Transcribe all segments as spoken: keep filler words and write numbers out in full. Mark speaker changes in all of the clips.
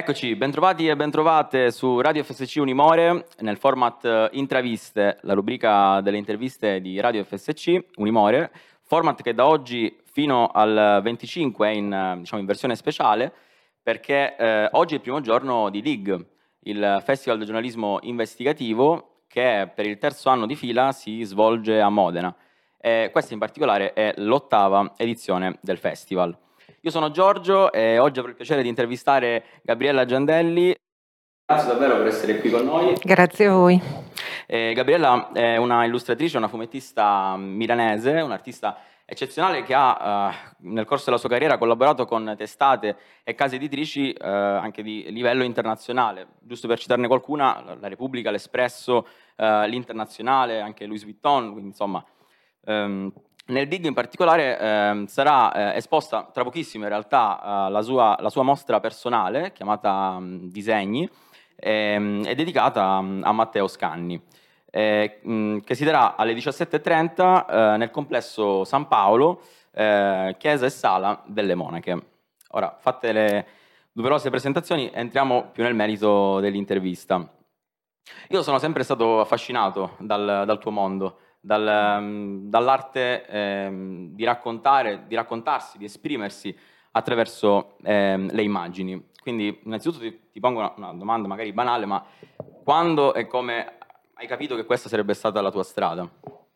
Speaker 1: Eccoci, bentrovati e bentrovate su Radio F S C Unimore, nel format Intraviste, la rubrica delle interviste di Radio F S C Unimore, format che da oggi fino al venticinque è in, diciamo, in versione speciale, perché eh, oggi è il primo giorno di D I G, il Festival del giornalismo investigativo che per il terzo anno di fila si svolge a Modena. E questa in particolare è l'ottava edizione del festival. Io sono Giorgio e oggi avrò il piacere di intervistare Gabriella Giandelli. Grazie davvero per essere qui con noi.
Speaker 2: Grazie a voi.
Speaker 1: Eh, Gabriella è una illustratrice, una fumettista milanese, un'artista eccezionale che ha eh, nel corso della sua carriera collaborato con testate e case editrici eh, anche di livello internazionale. Giusto per citarne qualcuna, la Repubblica, l'Espresso, eh, l'Internazionale, anche Louis Vuitton, quindi insomma... Ehm, Nel D I G in particolare eh, sarà eh, esposta tra pochissimo in realtà eh, la, sua, la sua mostra personale chiamata mh, Disegni, ehm, è dedicata a, a Matteo Scanni, eh, mh, che si terrà alle diciassette e trenta eh, nel complesso San Paolo, eh, chiesa e sala delle Monache. Ora, fatte le numerose presentazioni, entriamo più nel merito dell'intervista. Io sono sempre stato affascinato dal, dal tuo mondo, dal, um, dall'arte ehm, di raccontare, di raccontarsi, di esprimersi attraverso ehm, le immagini. Quindi innanzitutto ti, ti pongo una, una domanda magari banale, ma quando e come hai capito che questa sarebbe stata la tua strada?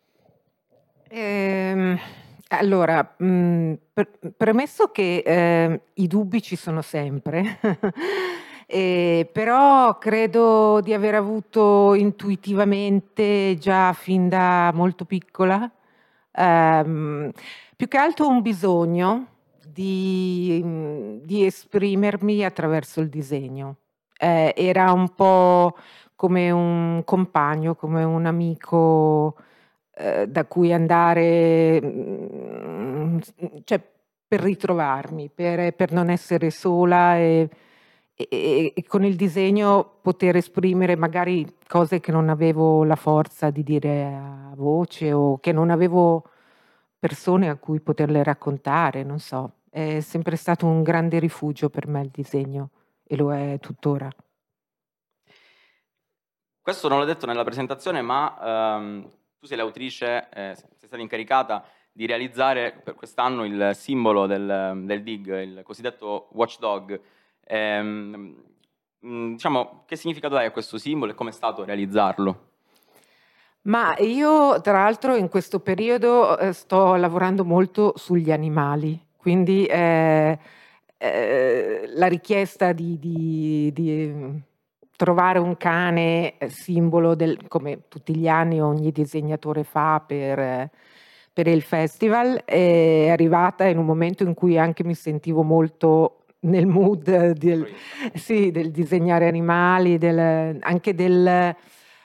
Speaker 2: Ehm, allora, mh, per- premesso che eh, i dubbi ci sono sempre, eh, però credo di aver avuto intuitivamente già fin da molto piccola, ehm, più che altro un bisogno di, mh, di esprimermi attraverso il disegno. Eh, era un po' come un compagno, come un amico eh, da cui andare, mm, cioè per ritrovarmi, per, per non essere sola e, e- e con il disegno poter esprimere magari cose che non avevo la forza di dire a voce o che non avevo persone a cui poterle raccontare, non so. È sempre stato un grande rifugio per me il disegno e lo è tuttora.
Speaker 1: Questo non l'ho detto nella presentazione, ma ehm, tu sei l'autrice, eh, sei stata incaricata di realizzare per quest'anno il simbolo del, del D I G, il cosiddetto watchdog. Ehm, mh, diciamo, che significato dai a questo simbolo e come è stato realizzarlo?
Speaker 2: Ma io, tra l'altro, in questo periodo eh, sto lavorando molto sugli animali, quindi eh, eh, la richiesta di, di- di trovare un cane eh, simbolo del, come tutti gli anni ogni disegnatore fa per, eh, per il festival, è arrivata in un momento in cui anche mi sentivo molto nel mood del, sì, del disegnare animali, del, anche del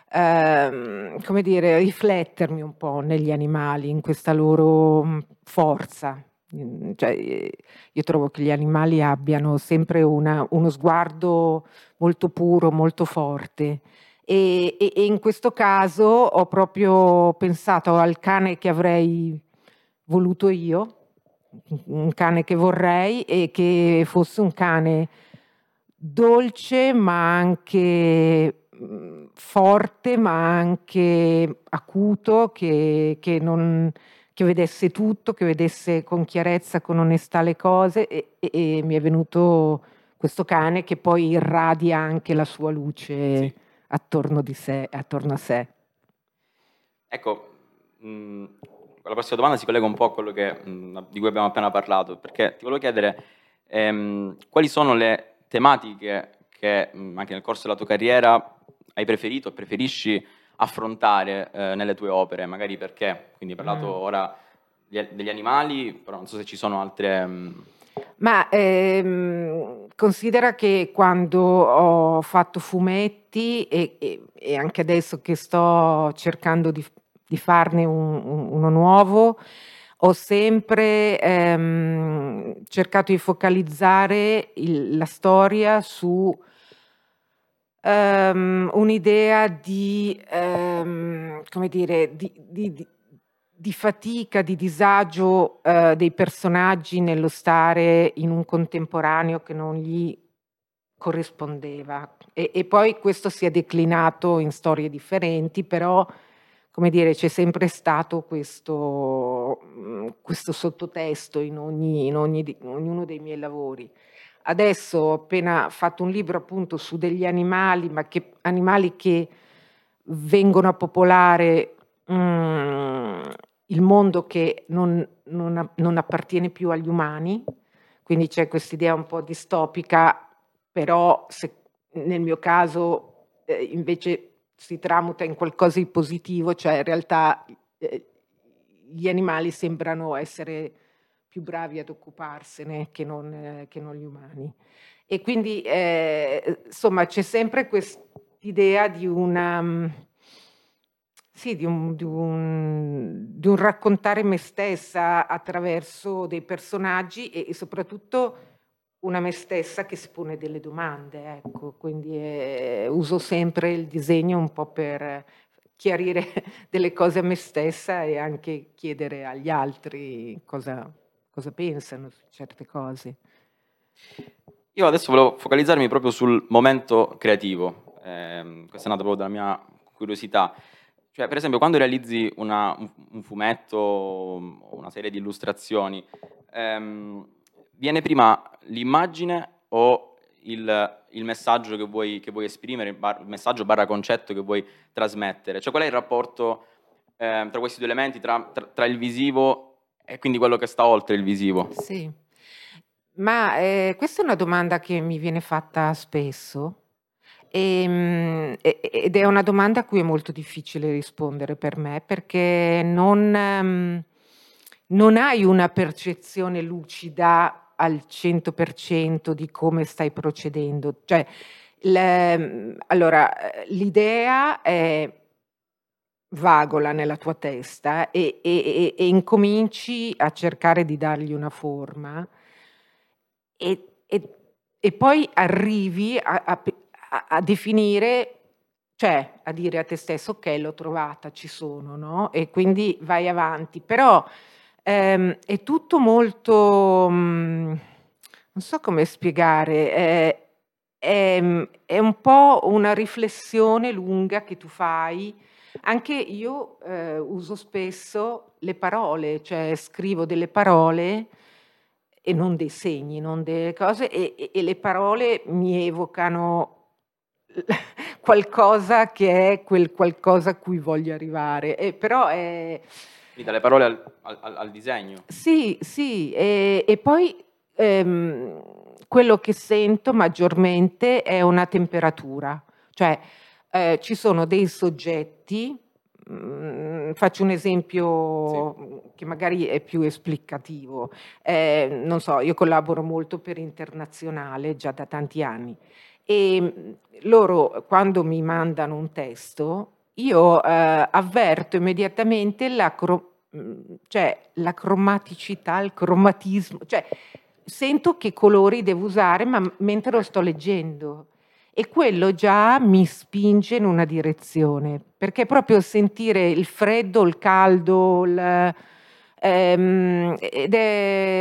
Speaker 2: ehm, come dire, riflettermi un po' negli animali, in questa loro mh, forza. Mm, Cioè, eh, io trovo che gli animali abbiano sempre una- uno sguardo molto puro, molto forte. E, e- e in questo caso ho proprio pensato al cane che avrei voluto io, un cane che vorrei e che fosse un cane dolce ma anche mh, forte ma anche acuto, che, che non, che vedesse tutto, che vedesse con chiarezza, con onestà le cose e, e- e mi è venuto questo cane che poi irradia anche la sua luce
Speaker 1: Sì.
Speaker 2: attorno di sé, attorno a sé.
Speaker 1: Ecco, mh, la prossima domanda si collega un po' a quello che, mh, di cui abbiamo appena parlato, perché ti volevo chiedere ehm, quali sono le tematiche che mh, anche nel corso della tua carriera hai preferito o preferisci affrontare eh, nelle tue opere, magari perché, quindi hai parlato
Speaker 2: Mm.
Speaker 1: ora di- degli animali, però non so se ci sono altre... mh,
Speaker 2: Ma ehm, considera che quando ho fatto fumetti e, e- e anche adesso che sto cercando di, di farne un- un- uno nuovo, ho sempre ehm, cercato di focalizzare il- la storia su ehm, un'idea di, ehm, come dire, di, di- di- di fatica, di disagio eh, dei personaggi nello stare in un contemporaneo che non gli corrispondeva. E, e poi questo si è declinato in storie differenti, però, come dire, c'è sempre stato questo, questo sottotesto in, ogni, in, ogni, in ognuno dei miei lavori. Adesso ho appena fatto un libro appunto su degli animali, ma che animali che vengono a popolare mm, il mondo che non, non, non appartiene più agli umani, quindi c'è quest'idea un po' distopica, però se, nel mio caso eh, invece si tramuta in qualcosa di positivo, cioè in realtà eh, gli animali sembrano essere più bravi ad occuparsene che non, eh, che non gli umani. E quindi eh, insomma c'è sempre quest'idea di una... Sì, di un, di, un, di un raccontare me stessa attraverso dei personaggi e, e soprattutto una me stessa che si pone delle domande, ecco, quindi eh, uso sempre il disegno un po' per chiarire delle cose a me stessa e anche chiedere agli altri cosa, cosa pensano su certe cose.
Speaker 1: Io adesso volevo focalizzarmi proprio sul momento creativo, eh, questa è nata proprio dalla mia curiosità. Cioè, per esempio, quando realizzi una, un, un fumetto o una serie di illustrazioni, ehm, viene prima l'immagine o il, il messaggio che vuoi, che vuoi esprimere, il, bar, il messaggio barra concetto che vuoi trasmettere? Cioè, qual è il rapporto eh, tra questi due elementi, tra, tra, tra il visivo e quindi quello che sta oltre il visivo?
Speaker 2: Sì, ma eh, questa è una domanda che mi viene fatta spesso. E, ed è una domanda a cui è molto difficile rispondere per me perché non, um, non hai una percezione lucida al cento per cento di come stai procedendo. Cioè, le, allora, l'idea è vagola nella tua testa e, e, e incominci a cercare di dargli una forma e, e, e poi arrivi a, a, a definire, cioè a dire a te stesso ok, l'ho trovata, ci sono, no? E quindi vai avanti, però ehm, è tutto molto, mh, non so come spiegare, è, è, è un po' una riflessione lunga che tu fai. Anche io eh, uso spesso le parole, cioè scrivo delle parole e non dei segni, non delle cose, e, e, e le parole mi evocano qualcosa che è quel qualcosa a cui voglio arrivare. E però è...
Speaker 1: Quindi dalle parole al, al, al disegno.
Speaker 2: Sì, sì, e, e poi ehm, quello che sento maggiormente è una temperatura, cioè eh, ci sono dei soggetti, mh, faccio un esempio sì. che magari è più esplicativo, eh, non so, io collaboro molto per Internazionale già da tanti anni e loro quando mi mandano un testo io eh, avverto immediatamente la, cro- cioè, la cromaticità, il cromatismo, cioè sento che colori devo usare ma mentre lo sto leggendo e quello già mi spinge in una direzione perché proprio sentire il freddo, il caldo, il, ehm, ed è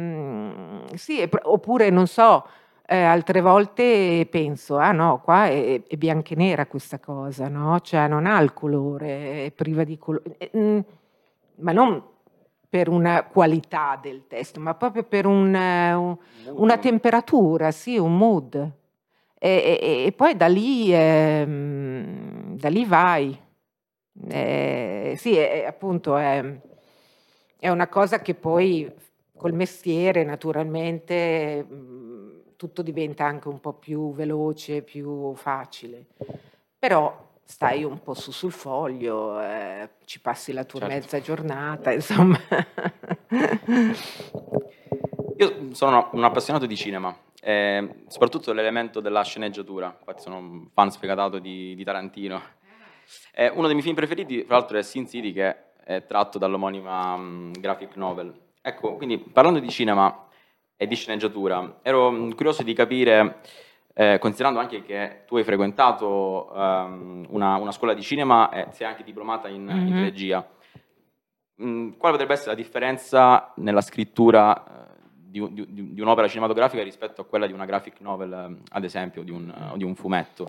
Speaker 2: sì, è, oppure non so. Eh, altre volte penso, ah no, qua è, è bianca e nera questa cosa, no? Cioè non ha il colore, è priva di colore, eh, mm, ma non per una qualità del testo, ma proprio per un, eh, un, una temperatura, sì, un mood. E, e, e poi da lì, ehm, da lì vai. Eh, sì, è, appunto è, è una cosa che poi col mestiere naturalmente mh, tutto diventa anche un po' più veloce, più facile. Però stai un po' su sul foglio, eh, ci passi la tua
Speaker 1: Certo.
Speaker 2: mezza giornata, insomma.
Speaker 1: Io sono un appassionato di cinema, eh, soprattutto l'elemento della sceneggiatura, infatti sono un fan sfegatato di, di Tarantino. Eh, uno dei miei film preferiti, tra l'altro, è Sin City, che è tratto dall'omonima um, graphic novel. Ecco, quindi parlando di cinema e di sceneggiatura, ero um, curioso di capire, eh, considerando anche che tu hai frequentato um, una, una scuola di cinema e sei anche diplomata in, mm-hmm. in regia, mh, quale potrebbe essere la differenza nella scrittura di, di, di un'opera cinematografica rispetto a quella di una graphic novel, ad esempio, di un, o di un fumetto?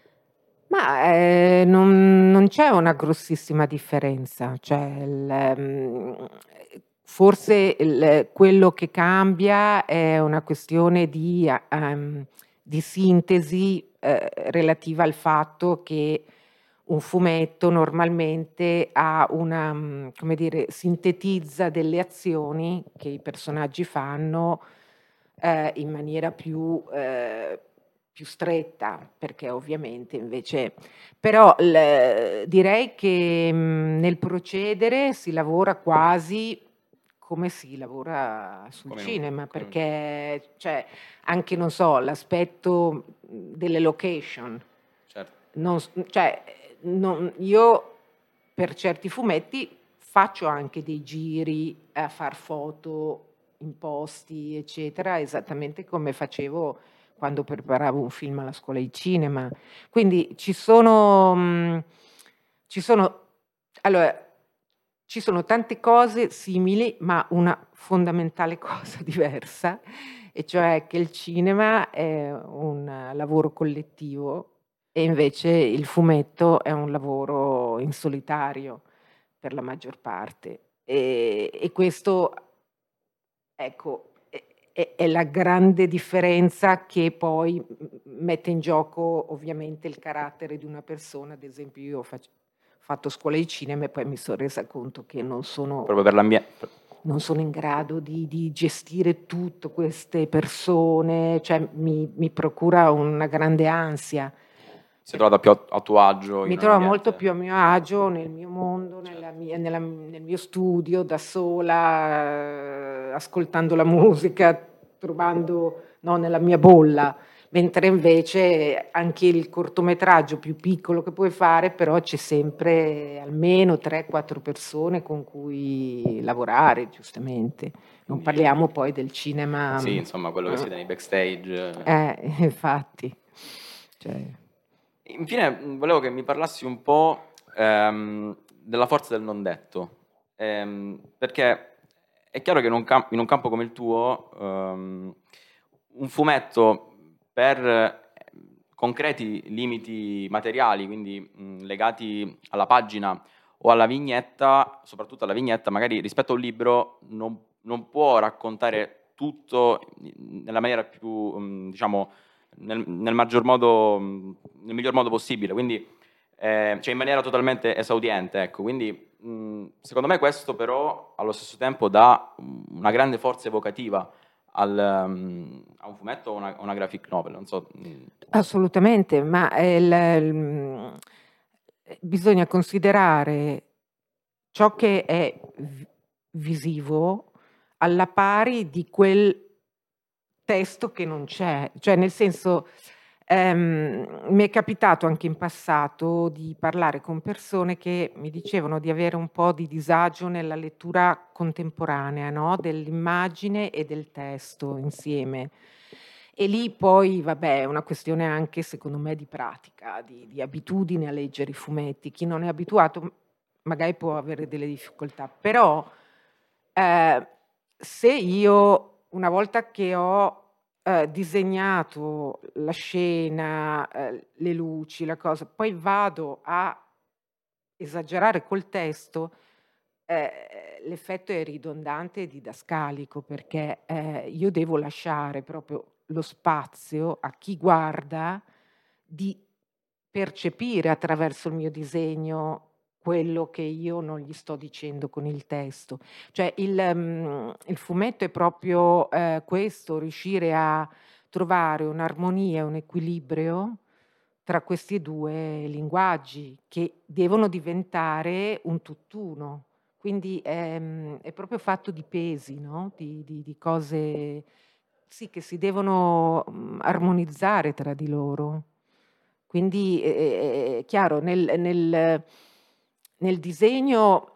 Speaker 2: Ma eh, non, non c'è una grossissima differenza, cioè il, mm, forse il- quello che cambia è una questione di, ehm, di sintesi eh, relativa al fatto che un fumetto normalmente ha una, mm, come dire, sintetizza delle azioni che i personaggi fanno eh, in maniera più, eh, più stretta, perché ovviamente invece... Però l- direi che mh, nel procedere si lavora quasi come si lavora sul
Speaker 1: Come in un-
Speaker 2: cinema,
Speaker 1: come in un-
Speaker 2: perché cioè, anche, non so, l'aspetto delle location.
Speaker 1: certo.
Speaker 2: Non s- cioè, non- io per certi fumetti faccio anche dei giri a far foto in posti, eccetera, esattamente come facevo quando preparavo un film alla scuola di cinema. Quindi ci sono, mh, ci sono, allora, ci sono tante cose simili, ma una fondamentale cosa diversa, e cioè che il cinema è un lavoro collettivo e invece il fumetto è un lavoro in solitario per la maggior parte. E, e questo, ecco, è, è- è la grande differenza che poi m- mette in gioco ovviamente il carattere di una persona. Ad esempio, io ho fac- fatto scuola di cinema e poi mi sono resa conto che non sono
Speaker 1: Proprio per l'ambiente.
Speaker 2: non sono in grado di, di gestire tutte queste persone, cioè mi, mi procura una grande ansia.
Speaker 1: Si è trovata più a, a tuo agio
Speaker 2: Mi
Speaker 1: in un
Speaker 2: trovo molto
Speaker 1: ambiente.
Speaker 2: più a mio agio nel mio mondo,
Speaker 1: Certo.
Speaker 2: nella mia- nella- nel mio studio, da sola, eh, ascoltando la musica, trovando, no, nella mia bolla. Mentre invece anche il cortometraggio più piccolo che puoi fare, però c'è sempre almeno tre quattro persone con cui lavorare, giustamente. Non
Speaker 1: Quindi,
Speaker 2: parliamo poi del cinema.
Speaker 1: sì, insomma, quello che si vede nei backstage.
Speaker 2: Eh, infatti. Cioè,
Speaker 1: Infine, mh, volevo che mi parlassi un po' ehm, della forza del non detto. Ehm, perché è chiaro che in un, cam- in un campo come il tuo, ehm, un fumetto per eh, concreti limiti materiali, quindi mh, legati alla pagina o alla vignetta, soprattutto alla vignetta, magari rispetto a un libro non, non può raccontare tutto nella maniera più, mh, diciamo, nel, nel maggior modo, mh, nel miglior modo possibile, quindi eh, cioè in maniera totalmente esaudiente, ecco. Quindi mh, secondo me questo però allo stesso tempo dà una grande forza evocativa al, um, a un fumetto o una, una graphic novel, non so. mh.
Speaker 2: assolutamente, ma il, il- bisogna considerare ciò che è v- visivo alla pari di quel testo che non c'è. Cioè, nel senso, ehm, mi è capitato anche in passato di parlare con persone che mi dicevano di avere un po' di disagio nella lettura contemporanea, no? Dell'immagine e del testo insieme. E lì poi, vabbè, è una questione anche, secondo me, di pratica, di, di abitudine a leggere i fumetti. Chi non è abituato magari può avere delle difficoltà, però eh, se io, una volta che ho eh, disegnato la scena, eh, le luci, la cosa, poi vado a esagerare col testo, eh, l'effetto è ridondante e didascalico, perché eh, io devo lasciare proprio lo spazio a chi guarda di percepire attraverso il mio disegno quello che io non gli sto dicendo con il testo. Cioè il, mm, il fumetto è proprio eh, questo, riuscire a trovare un'armonia, un equilibrio tra questi due linguaggi che devono diventare un tutt'uno. Quindi ehm, è proprio fatto di pesi, no? Di, di- di cose sì, che si devono mm, armonizzare tra di loro. Quindi è, è chiaro, nel, nel- nel disegno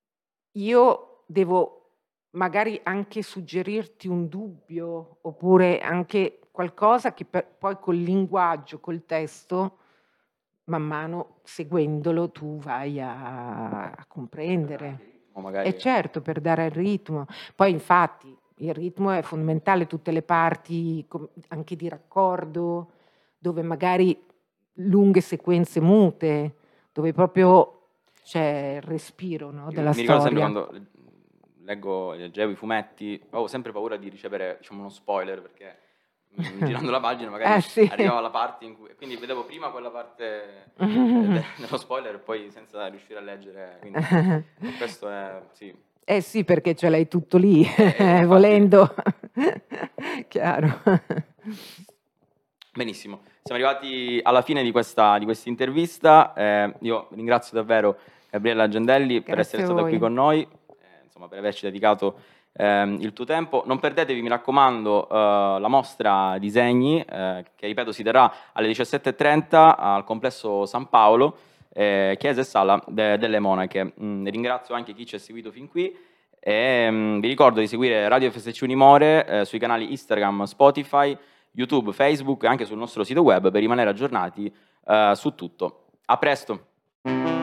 Speaker 2: io devo magari anche suggerirti un dubbio oppure anche qualcosa che per- poi col linguaggio, col testo, man mano seguendolo tu vai a, a comprendere.
Speaker 1: O
Speaker 2: E
Speaker 1: magari.
Speaker 2: certo, per dare il ritmo. Poi infatti il ritmo è fondamentale, tutte le parti anche di raccordo, dove magari lunghe sequenze mute, dove proprio c'è il respiro, no, della
Speaker 1: mi ricordo sempre
Speaker 2: storia.
Speaker 1: quando leggo, leggevo i fumetti, avevo sempre paura di ricevere, diciamo, uno spoiler, perché mh, girando la pagina magari
Speaker 2: Eh, sì.
Speaker 1: arrivava la parte in cui, quindi vedevo prima quella parte eh, de- dello spoiler e poi senza riuscire a leggere, quindi questo è, sì.
Speaker 2: Eh sì, perché ce l'hai tutto lì,
Speaker 1: Eh, eh, infatti.
Speaker 2: volendo. Chiaro.
Speaker 1: Benissimo, siamo arrivati alla fine di questa di questa intervista. Eh, io ringrazio davvero Gabriella Gendelli per
Speaker 2: Grazie
Speaker 1: essere
Speaker 2: a
Speaker 1: stata
Speaker 2: voi.
Speaker 1: qui con noi, eh, insomma, per averci dedicato ehm, il tuo tempo. Non perdetevi, mi raccomando, eh, la mostra disegni, eh, che ripeto si terrà alle diciassette e trenta al complesso San Paolo, eh, chiesa e sala de- delle Monache. Mm, ringrazio anche chi ci ha seguito fin qui e mm, vi ricordo di seguire Radio F S C Unimore eh, sui canali Instagram, Spotify, YouTube, Facebook e anche sul nostro sito web per rimanere aggiornati eh, su tutto. A presto!